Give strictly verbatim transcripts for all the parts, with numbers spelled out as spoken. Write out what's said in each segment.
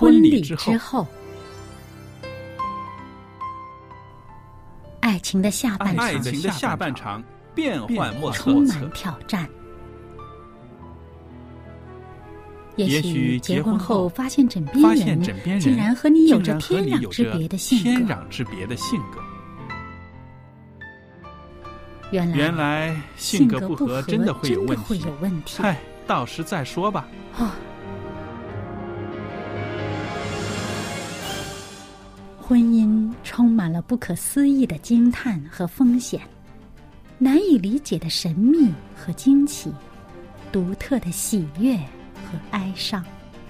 婚礼之后。爱情的下半场， 爱情的下半场变幻莫测， 充满挑战。也许结婚后发现枕边人竟然和你有着天壤之别的性格。 天壤之别的性格。 原来原来性格不合真的会有问题。 问题嗨，到时再说吧。 哦，婚姻充满了不可思议的惊叹和风险，难以理解的神秘和惊奇，独特的喜悦和哀伤。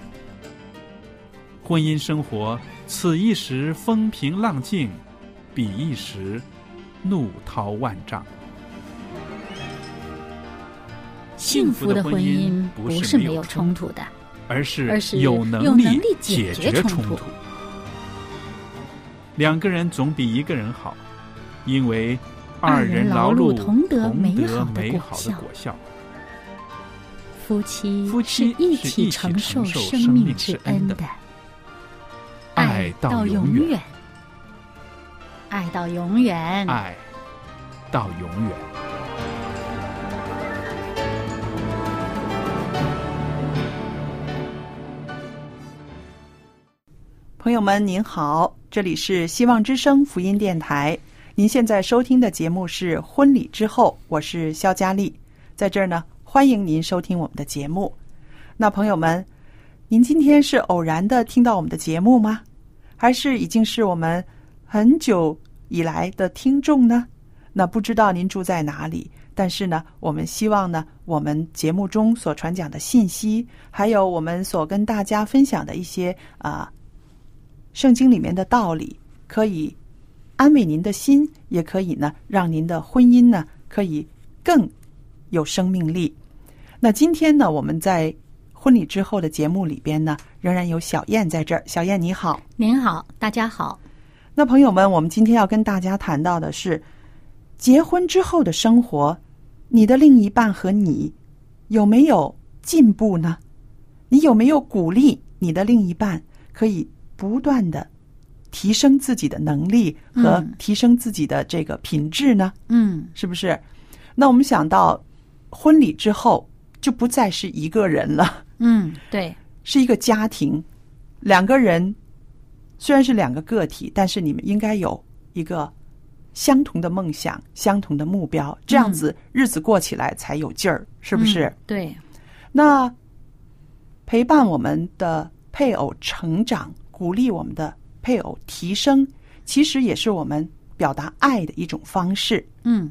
婚姻生活，此一时风平浪静，彼一时怒涛万丈。 幸福的婚姻不是没有冲突的， 而是而是有能力解决冲突。两个人总比一个人好，因为二人劳碌同得美好的果效。 夫妻夫妻是一起承受生命之恩的， 爱到永远， 爱到永远， 爱到永远。 朋友们您好，这里是希望之声福音电台，您现在收听的节目是婚礼之后，我是肖佳丽，在这儿呢欢迎您收听我们的节目。那朋友们，您今天是偶然的听到我们的节目吗？还是已经是我们很久以来的听众呢？那不知道您住在哪里，但是呢我们希望呢我们节目中所传讲的信息，还有我们所跟大家分享的一些啊、呃、圣经里面的道理，可以安慰您的心，也可以呢让您的婚姻呢可以更有生命力。那今天呢我们在婚礼之后的节目里边呢仍然有小燕在这儿。小燕你好。 您好，大家好。 那朋友们，我们今天要跟大家谈到的是结婚之后的生活，你的另一半和你有没有进步呢？你有没有鼓励你的另一半可以不断的提升自己的能力和提升自己的这个品质呢？ 嗯， 是不是？那我们想到婚礼之后就不再是一个人了， 嗯，对， 是一个家庭，两个人虽然是两个个体，但是你们应该有一个相同的梦想，相同的目标，这样子日子过起来才有劲儿，是不是？ 嗯，对。 那陪伴我们的配偶成长，鼓励我们的配偶提升，其实也是我们表达爱的一种方式。 嗯，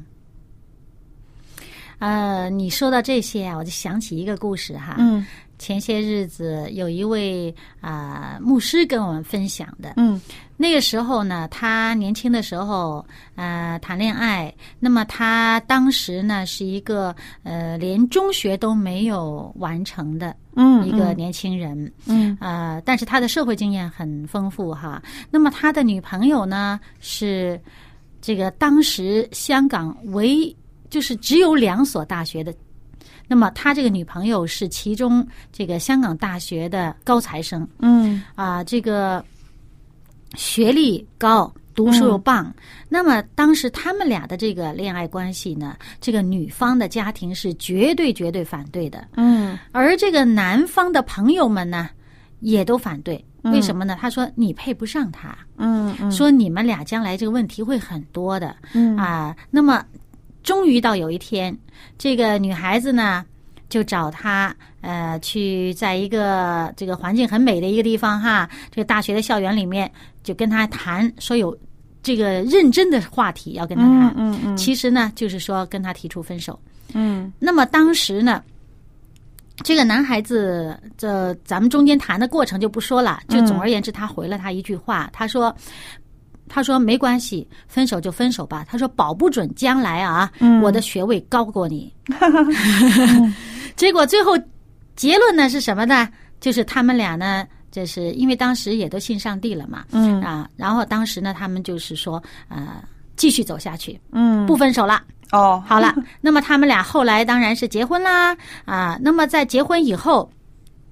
呃，你说到这些啊，我就想起一个故事哈。 嗯， 前些日子有一位啊、呃、牧师跟我们分享的。 嗯， 那个时候呢，他年轻的时候呃谈恋爱，那么他当时呢是一个呃连中学都没有完成的一个年轻人。 嗯， 呃，但是他的社会经验很丰富哈。那么他的女朋友呢是这个当时香港唯就是只有两所大学的。那么他这个女朋友是其中这个香港大学的高材生。 嗯， 啊，这个学历高，读书又棒。嗯、那么当时他们俩的这个恋爱关系呢，这个女方的家庭是绝对绝对反对的。 嗯， 而这个男方的朋友们呢，也都反对。为什么呢？他说你配不上他。 嗯嗯， 说你们俩将来这个问题会很多的。 嗯啊，那么。终于到有一天，这个女孩子呢就找他呃去在一个这个环境很美的一个地方哈，这个大学的校园里面就跟他谈，说有这个认真的话题要跟他谈。 嗯 嗯, 嗯其实呢就是说跟他提出分手。 嗯， 那么当时呢这个男孩子这咱们中间谈的过程就不说了，就总而言之他回了他一句话，他说他说没关系，分手就分手吧。他说保不准将来啊， 嗯、 我的学位高过你。结果最后结论呢是什么呢？就是他们俩呢，就是因为当时也都信上帝了嘛， 嗯啊，然后当时呢，他们就是说呃继续走下去， 嗯， 不分手了。 哦， 好了，那么他们俩后来当然是结婚啦啊。那么在结婚以后，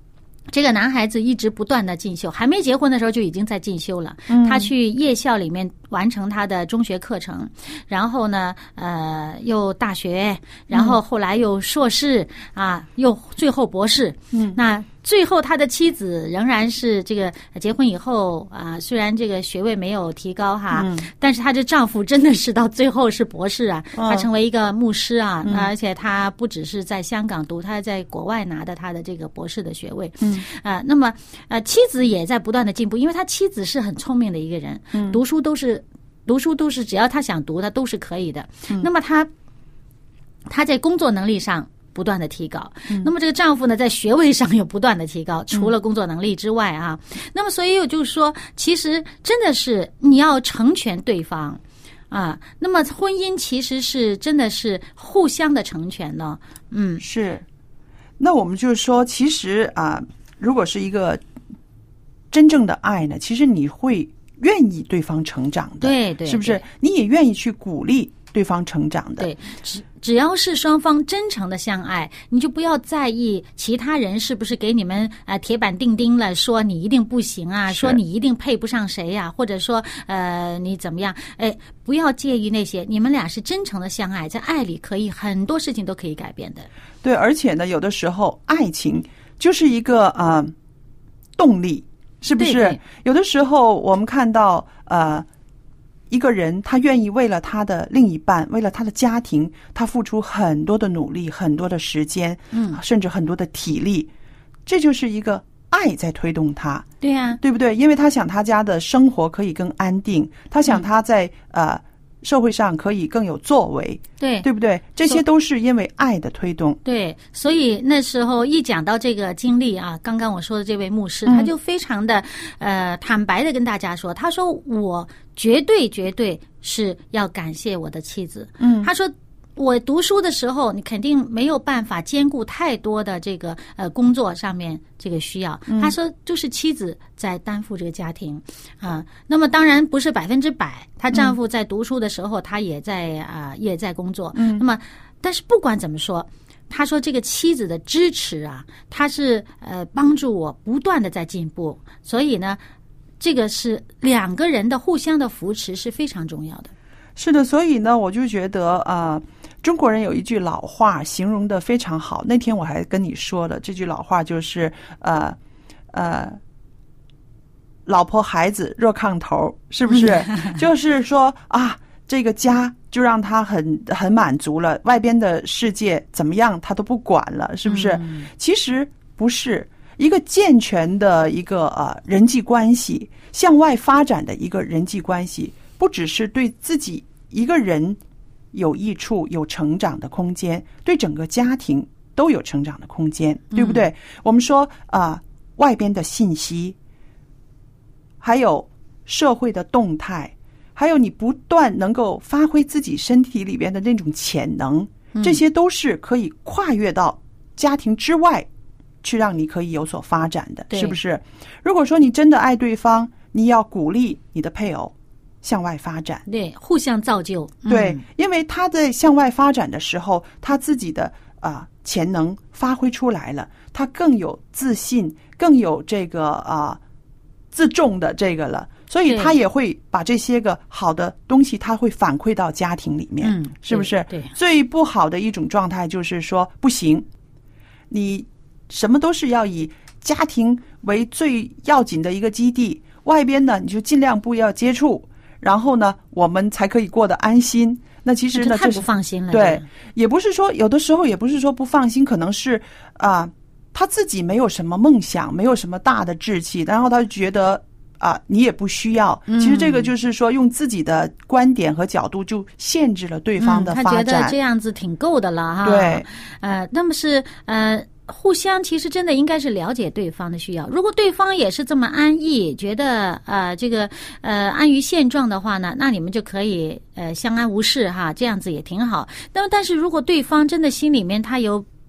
这个男孩子一直不断的进修，还没结婚的时候就已经在进修了。 嗯、 他去夜校里面完成他的中学课程，然后呢，呃，又大学，然后后来又硕士、嗯、啊，又最后博士。 嗯， 那最后他的妻子仍然是这个结婚以后啊，虽然这个学位没有提高哈， 嗯、 但是他的丈夫真的是到最后是博士啊， 哦、 他成为一个牧师啊、 嗯， 而且他不只是在香港读，他还在国外拿的他的这个博士的学位。 嗯。 啊、呃，那么呃，妻子也在不断的进步，因为他妻子是很聪明的一个人， 嗯， 读书都是读书都是只要他想读，他都是可以的。 嗯、 那么他他在工作能力上不断的提高， 嗯、 那么这个丈夫呢，在学位上有不断的提高，除了工作能力之外啊，嗯、那么所以我就是说，其实真的是你要成全对方。啊，那么婚姻其实是真的是互相的成全呢。嗯， 是。那我们就是说，其实啊，如果是一个真正的爱呢，其实你会愿意对方成长的， 对对， 是不是？你也愿意去鼓励对方成长的。 对，只只要是双方真诚的相爱，你就不要在意其他人是不是给你们呃铁板钉钉了，说你一定不行啊，说你一定配不上谁呀、啊，或者说呃你怎么样？哎，不要介意那些，你们俩是真诚的相爱，在爱里可以很多事情都可以改变的。 对，而且呢，有的时候爱情就是一个呃动力，是不是？ 对对， 有的时候我们看到呃。一个人他愿意为了他的另一半，为了他的家庭，他付出很多的努力，很多的时间， 嗯， 甚至很多的体力，这就是一个爱在推动他。 对呀、啊， 对不对？因为他想他家的生活可以更安定，他想他在、嗯、呃社会上可以更有作为， 对， 对不对？这些都是因为爱的推动。 对，所以那时候一讲到这个经历啊，刚刚我说的这位牧师， 嗯、 他就非常的呃坦白的跟大家说，他说我绝对绝对是要感谢我的妻子。 嗯， 他说我读书的时候，你肯定没有办法兼顾太多的这个呃工作上面这个需要。 嗯、 他说，就是妻子在担负这个家庭啊、呃。那么当然不是百分之百，她丈夫在读书的时候，她、嗯、也在啊、呃、也在工作。 嗯， 那么但是不管怎么说，他说这个妻子的支持啊，他是呃帮助我不断的在进步。所以呢，这个是两个人的互相的扶持是非常重要的。 是的，所以呢，我就觉得啊。呃中国人有一句老话形容的非常好，那天我还跟你说了，这句老话就是呃呃，老婆孩子热炕头，是不是？就是说啊，这个家就让他很很满足了，外边的世界怎么样他都不管了，是不是？ 嗯、 其实不是，一个健全的一个呃人际关系，向外发展的一个人际关系，不只是对自己一个人有益处，有成长的空间，对整个家庭都有成长的空间，对不对？嗯、我们说啊、呃，外边的信息，还有社会的动态，还有你不断能够发挥自己身体里边的那种潜能，这些都是可以跨越到家庭之外去让你可以有所发展的，是不是？如果说你真的爱对方，你要鼓励你的配偶向外发展， 对，互相造就。 对， 嗯、 因为他在向外发展的时候，他自己的啊、呃、潜能发挥出来了，他更有自信，更有这个啊、呃、自重的这个了，所以他也会把这些个好的东西，他会反馈到家庭里面， 嗯， 是不是？ 对。对， 最不好的一种状态就是说，不行，你什么都是要以家庭为最要紧的一个基地，外边呢你就尽量不要接触。然后呢，我们才可以过得安心。那其实呢， 太不放心了。 对，也不是说有的时候也不是说不放心，可能是啊、呃，他自己没有什么梦想，没有什么大的志气，然后他就觉得啊、呃，你也不需要。其实这个就是说，用自己的观点和角度就限制了对方的发展。 嗯、他觉得这样子挺够的了哈。 对， 呃，那么是呃。互相其实真的应该是了解对方的需要。如果对方也是这么安逸，觉得呃这个呃安于现状的话呢，那你们就可以呃相安无事哈，这样子也挺好。但但是如果对方真的心里面他有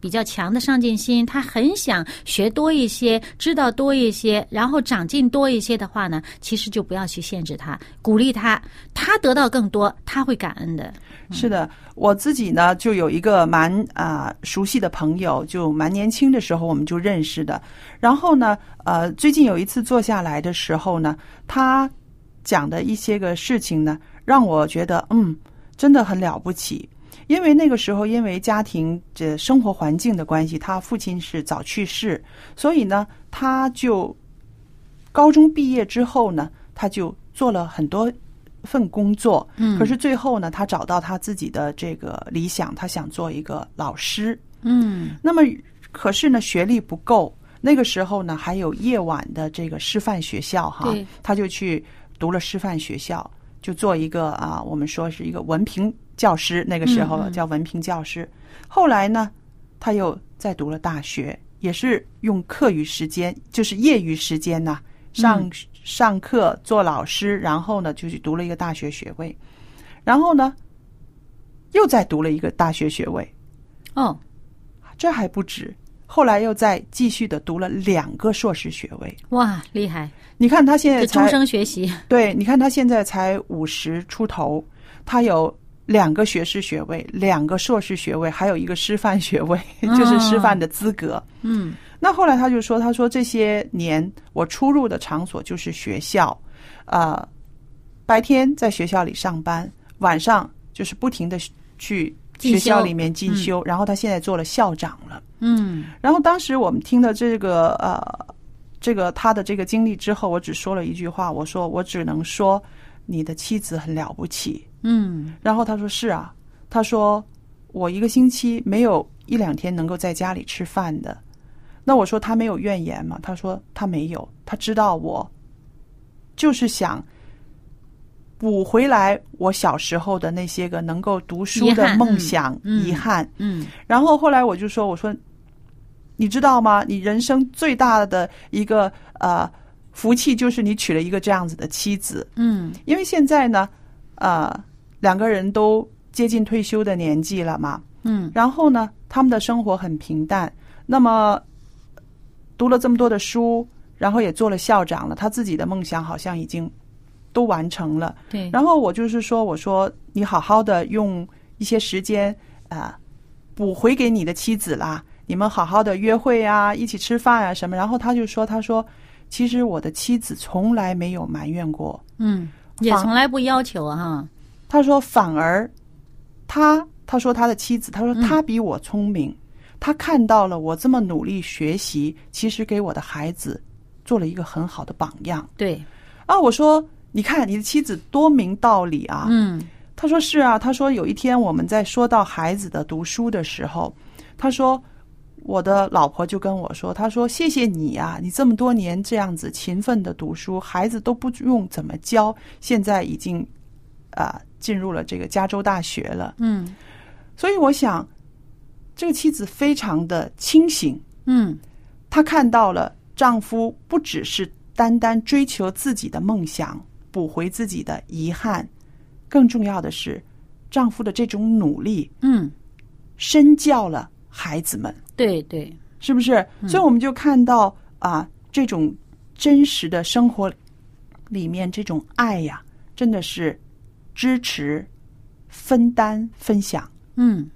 比较强的上进心，他很想学多一些，知道多一些，然后长进多一些的话呢，其实就不要去限制他，鼓励他，他得到更多，他会感恩的。 是的，我自己呢就有一个蛮啊、呃、熟悉的朋友，就蛮年轻的时候我们就认识的。然后呢，呃，最近有一次坐下来的时候呢，他讲的一些个事情呢，让我觉得嗯，真的很了不起。因为那个时候因为家庭这生活环境的关系，他父亲是早去世，所以呢，他就高中毕业之后呢，他就做了很多份工作，嗯，可是最后呢，他找到他自己的这个理想，他想做一个老师， 嗯， 那么可是呢，学历不够，那个时候呢，还有夜晚的这个师范学校哈，他就去读了师范学校，就做一个啊，我们说是一个文凭教师，那个时候叫文凭教师。嗯嗯，后来呢，他又再读了大学，也是用课余时间，就是业余时间呢、啊，上、嗯、上课做老师，然后呢就去读了一个大学学位，然后呢又再读了一个大学学位。 哦， 这还不止，后来又再继续的读了两个硕士学位。 哇，厉害！ 你看他现在才终生学习。 对，你看他现在才五十出头，他有两个学士学位，两个硕士学位，还有一个师范学位，哦、就是师范的资格。 嗯， 那后来他就说，他说这些年我出入的场所就是学校，呃，白天在学校里上班，晚上就是不停的去学校里面进修，嗯、然后他现在做了校长了。 嗯， 然后当时我们听了这个呃这个他的这个经历之后，我只说了一句话，我说我只能说你的妻子很了不起。 嗯， 然后他说是啊，他说我一个星期没有一两天能够在家里吃饭的。那我说他没有怨言吗？他说他没有，他知道我就是想补回来我小时候的那些个能够读书的梦想遗憾。 嗯，嗯， 然后后来我就说，我说你知道吗？你人生最大的一个呃福气就是你娶了一个这样子的妻子。 嗯， 因为现在呢，呃，两个人都接近退休的年纪了嘛。 嗯， 然后呢，他们的生活很平淡。那么读了这么多的书，然后也做了校长了，他自己的梦想好像已经都完成了。 对。 然后我就是说，我说你好好的用一些时间啊、呃，补回给你的妻子啦。你们好好的约会啊，一起吃饭啊什么。然后他就说，他说其实我的妻子从来没有埋怨过， 嗯，也从来不要求啊。 他说反而他他说他的妻子，他说他比我聪明。嗯，他看到了我这么努力学习，其实给我的孩子做了一个很好的榜样。 对啊，我说你看你的妻子多明道理啊。 嗯， 他说是啊，他说有一天我们在说到孩子的读书的时候，他说我的老婆就跟我说，他说谢谢你啊，你这么多年这样子勤奋的读书，孩子都不用怎么教，现在已经啊、呃、进入了这个加州大学了。 嗯， 所以我想这个妻子非常的清醒。 嗯， 她看到了丈夫不只是单单追求自己的梦想，补回自己的遗憾，更重要的是丈夫的这种努力， 嗯， 身教了孩子们。 对对， 是不是？ 嗯、 所以我们就看到啊，这种真实的生活里面这种爱呀，真的是支持、分担、分享。 嗯。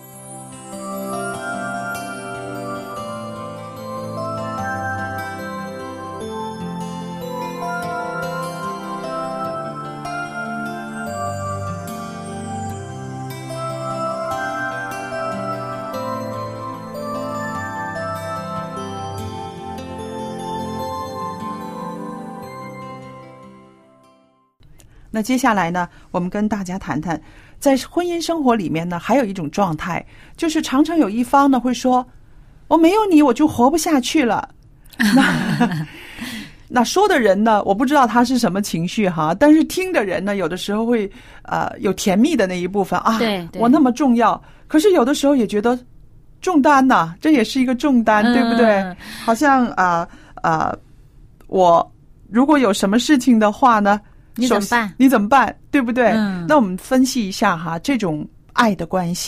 那接下来呢，我们跟大家谈谈，在婚姻生活里面呢，还有一种状态，就是常常有一方呢会说，我没有你我就活不下去了。那那说的人呢，我不知道他是什么情绪哈，但是听的人呢，有的时候会呃有甜蜜的那一部分啊， 对对， 我那么重要，可是有的时候也觉得重担呐、啊，这也是一个重担， 嗯、 对不对？好像啊啊、呃呃，我如果有什么事情的话呢？ 你怎么办？ 你怎么办？对不对？ 嗯， 那我们分析一下哈，这种爱的关系，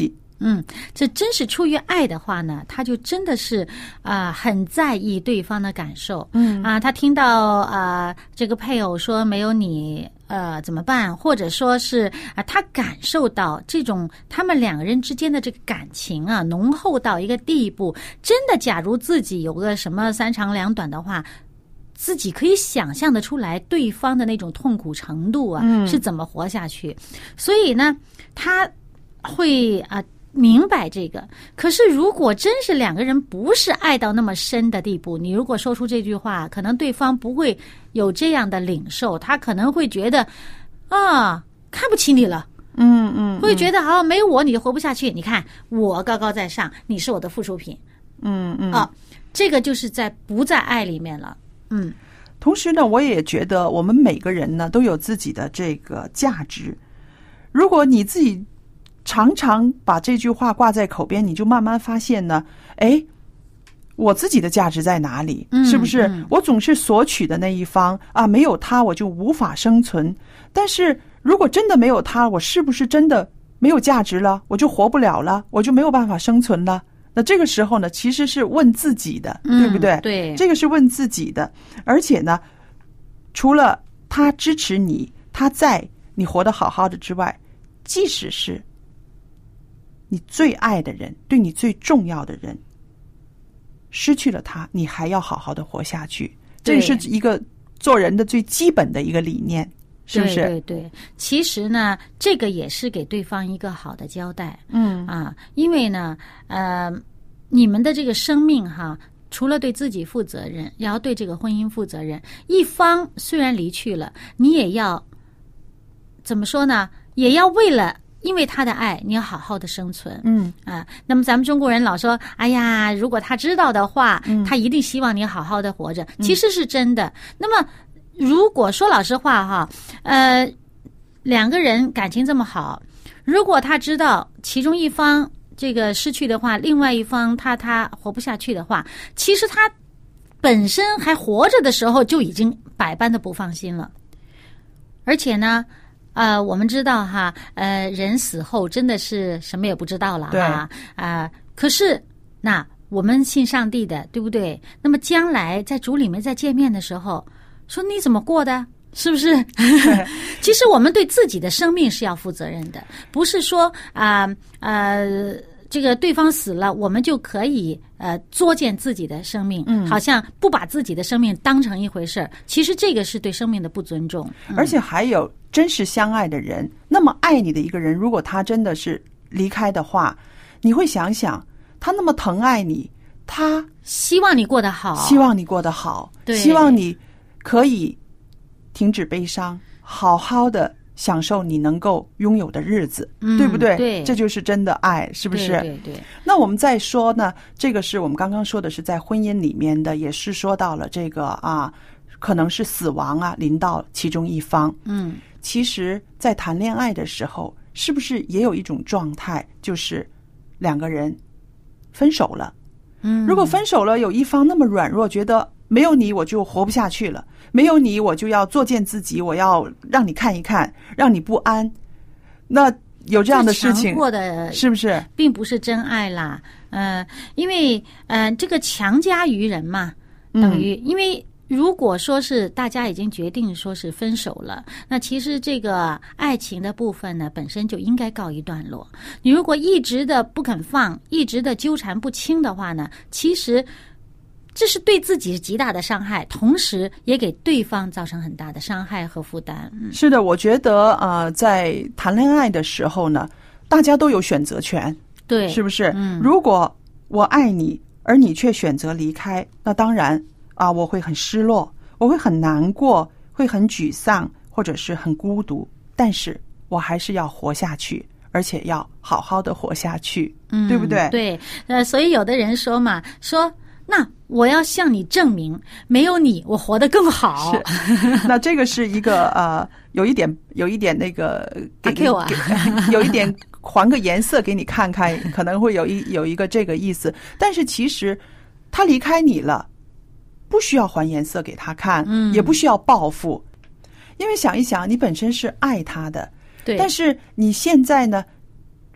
嗯，这真是出于爱的话呢，他就真的是啊、呃、很在意对方的感受。 嗯啊、他听到啊、呃、这个配偶说没有你呃怎么办，或者说是啊、呃、他感受到这种他们两个人之间的这个感情啊浓厚到一个地步，真的假如自己有个什么三长两短的话，自己可以想象得出来对方的那种痛苦程度啊、 嗯、 是怎么活下去。所以呢他会啊、呃明白这个。可是如果真是两个人不是爱到那么深的地步，你如果说出这句话，可能对方不会有这样的领受，他可能会觉得啊看不起你了。 嗯嗯， 会觉得啊没有我你就活不下去，你看我高高在上，你是我的附属品。 嗯嗯啊，这个就是在不在爱里面了。嗯， 同时呢，我也觉得我们每个人呢都有自己的这个价值。如果你自己常常把这句话挂在口边，你就慢慢发现呢，哎，我自己的价值在哪里？ 嗯、 是不是、 嗯、 我总是索取的那一方啊？没有他我就无法生存。但是如果真的没有他，我是不是真的没有价值了？我就活不了了，我就没有办法生存了？那这个时候呢，其实是问自己的， 嗯、 对不对？ 对， 这个是问自己的。而且呢，除了他支持你，他在你活得好好的之外，即使是你最爱的人，对你最重要的人失去了他，你还要好好的活下去。这是一个做人的最基本的一个理念，是不是？ 对对对，其实呢，这个也是给对方一个好的交代。 嗯啊，因为呢，呃，你们的这个生命哈，除了对自己负责任，也要对这个婚姻负责任。一方虽然离去了，你也要怎么说呢？也要为了。因为他的爱，你要好好的生存。 嗯啊，那么咱们中国人老说，哎呀，如果他知道的话， 嗯、 他一定希望你好好的活着。其实是真的。嗯、那么，如果说老实话哈，呃，两个人感情这么好，如果他知道其中一方这个失去的话，另外一方他他活不下去的话，其实他本身还活着的时候就已经百般的不放心了，而且呢。呃，我们知道哈，呃，人死后真的是什么也不知道了哈。啊、呃，可是那我们信上帝的，对不对？那么将来在主里面再见面的时候，说你怎么过的，是不是？其实我们对自己的生命是要负责任的，不是说啊呃。呃这个对方死了，我们就可以呃作践自己的生命， 嗯， 好像不把自己的生命当成一回事儿。其实这个是对生命的不尊重。 嗯、而且还有真实相爱的人，那么爱你的一个人，如果他真的是离开的话，你会想想，他那么疼爱你，他希望你过得好， 希望你过得好， 对， 希望你可以停止悲伤，好好的。享受你能够拥有的日子， 嗯、 对不对？ 对， 这就是真的爱，是不是？ 对对对。 那我们再说呢，这个是我们刚刚说的是在婚姻里面的，也是说到了这个啊，可能是死亡啊临到其中一方。 嗯， 其实，在谈恋爱的时候，是不是也有一种状态，就是两个人分手了？ 嗯， 如果分手了，有一方那么软弱，觉得没有你我就活不下去了。没有你，我就要作践自己，我要让你看一看，让你不安。那有这样的事情， 过的是不是并不是真爱啦？呃，因为呃，这个强加于人嘛，等于、嗯、因为如果说是大家已经决定说是分手了，那其实这个爱情的部分呢，本身就应该告一段落。你如果一直的不肯放，一直的纠缠不清的话呢，其实。这是对自己极大的伤害，同时也给对方造成很大的伤害和负担。嗯、 是的，我觉得呃，在谈恋爱的时候呢，大家都有选择权， 对， 是不是？ 嗯， 如果我爱你，而你却选择离开，那当然啊，我会很失落，我会很难过，会很沮丧，或者是很孤独。但是我还是要活下去，而且要好好的活下去， 嗯， 对不对？ 对，呃，所以有的人说嘛，说。那我要向你证明，没有你，我活得更好。 是，那这个是一个呃，有一点，有一点那个给阿 Q 啊， 有一点还个颜色给你看看，可能会有一有一个这个意思。但是其实他离开你了，不需要还颜色给他看， 嗯， 也不需要报复，因为想一想，你本身是爱他的， 对， 但是你现在呢，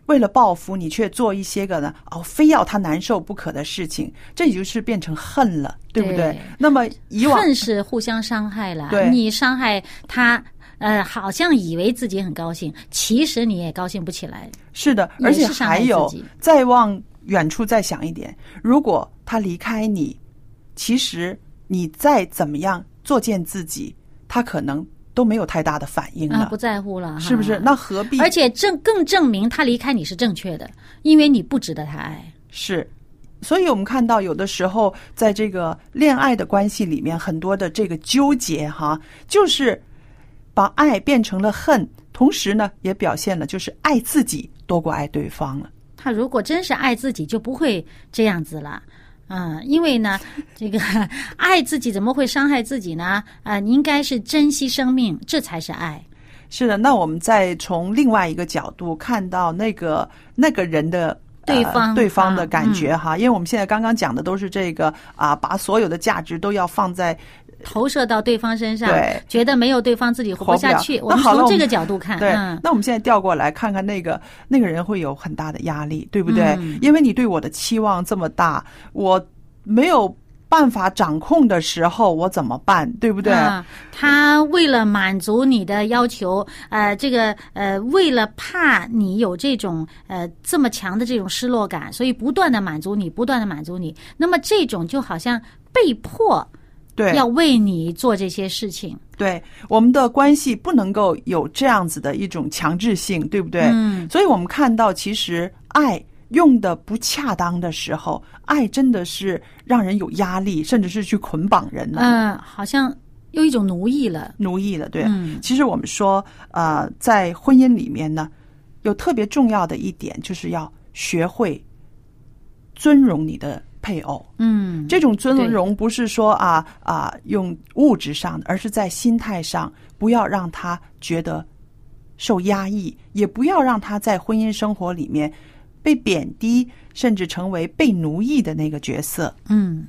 为了报复你却做一些个呢哦非要他难受不可的事情，这也就是变成恨了，对不对？ 对， 那么以往恨是互相伤害了， 对， 你伤害他，呃，好像以为自己很高兴，其实你也高兴不起来。 是的，而且还有再往远处再想一点，如果他离开你，其实你再怎么样作践自己，他可能都没有太大的反应了， 啊，不在乎了， 是不是？那何必？ 而且正更证明他离开你是正确的，因为你不值得他爱。 是，所以我们看到有的时候在这个恋爱的关系里面，很多的这个纠结哈，就是把爱变成了恨，同时呢也表现了就是爱自己多过爱对方了。 他如果真是爱自己，就不会这样子了。嗯，因为呢，这个爱自己怎么会伤害自己呢？啊、呃，你应该是珍惜生命，这才是爱。 是的，那我们再从另外一个角度看到那个那个人的对方、 呃、对方的感觉哈、 啊嗯， 因为我们现在刚刚讲的都是这个啊，把所有的价值都要放在投射到对方身上， 对， 觉得没有对方自己活不下去。我们从这个角度看， 对、 嗯， 那我们现在调过来看看那个那个人会有很大的压力，对不对？ 嗯、 因为你对我的期望这么大，我没有办法掌控的时候，我怎么办？对不对？ 啊、他为了满足你的要求，呃，这个呃，为了怕你有这种呃这么强的这种失落感，所以不断的满足你，不断的满足你。那么这种就好像被迫。 对， 要为你做这些事情。 对，我们的关系不能够有这样子的一种强制性，对不对？ 嗯， 所以我们看到其实爱用的不恰当的时候，爱真的是让人有压力，甚至是去捆绑人了。 嗯、呃，好像有一种奴役了， 奴役了，对。 嗯， 其实我们说，呃，在婚姻里面呢，有特别重要的一点，就是要学会尊荣你的配偶。 嗯， 这种尊荣不是说啊啊用物质上的，而是在心态上，不要让他觉得受压抑，也不要让他在婚姻生活里面被贬低，甚至成为被奴役的那个角色。 嗯。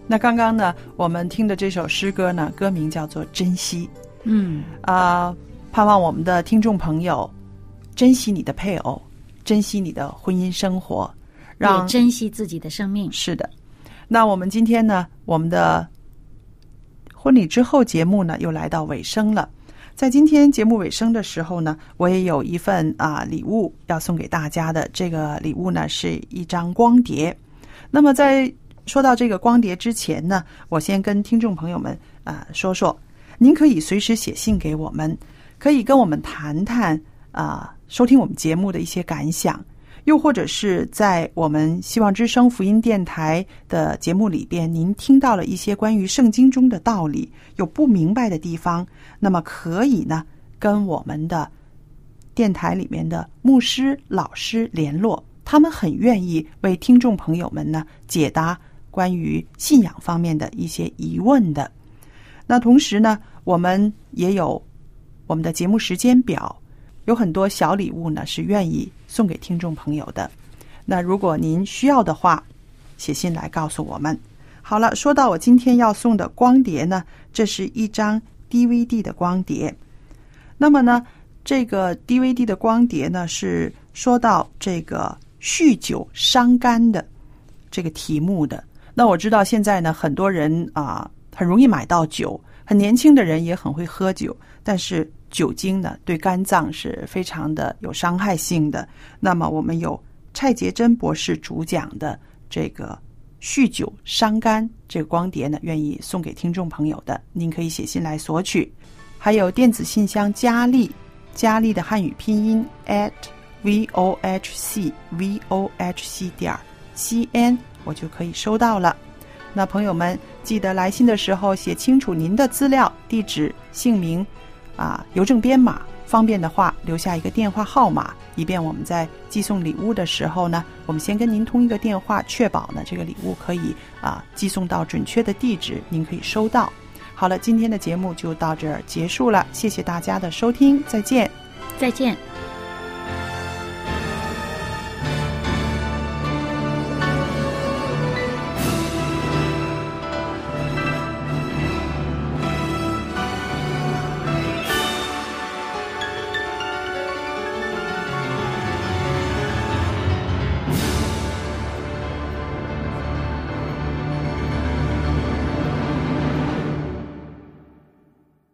那刚刚呢，我们听的这首诗歌呢，歌名叫做《珍惜》。 嗯啊、呃，盼望我们的听众朋友珍惜你的配偶，珍惜你的婚姻生活，让也珍惜自己的生命。 是的。那我们今天呢，我们的婚礼之后节目呢，又来到尾声了。在今天节目尾声的时候呢，我也有一份啊礼物要送给大家的。这个礼物呢，是一张光碟。那么在说到这个光碟之前呢，我先跟听众朋友们啊、呃、说说，您可以随时写信给我们，可以跟我们谈谈啊、呃、收听我们节目的一些感想，又或者是在我们希望之声福音电台的节目里边，您听到了一些关于圣经中的道理，有不明白的地方，那么可以呢跟我们的电台里面的牧师老师联络，他们很愿意为听众朋友们呢解答关于信仰方面的一些疑问的。那同时呢，我们也有我们的节目时间表，有很多小礼物呢是愿意送给听众朋友的。那如果您需要的话，写信来告诉我们。好了，说到我今天要送的光碟呢，这是一张 D V D 的光碟。那么呢，这个 D V D 的光碟呢，是说到这个酗酒伤肝的这个题目的。那我知道现在呢，很多人啊、呃、很容易买到酒，很年轻的人也很会喝酒，但是酒精呢对肝脏是非常的有伤害性的。那么我们有蔡洁珍博士主讲的这个酗酒伤肝这个光碟呢，愿意送给听众朋友的，您可以写信来索取。还有电子信箱佳丽，佳丽的汉语拼音 at vohc vohc 点 cn， 我就可以收到了。那朋友们记得来信的时候写清楚您的资料、地址、姓名啊、邮政编码，方便的话留下一个电话号码，以便我们在寄送礼物的时候呢，我们先跟您通一个电话，确保呢这个礼物可以啊寄送到准确的地址，您可以收到。好了，今天的节目就到这儿结束了，谢谢大家的收听，再见。 再见。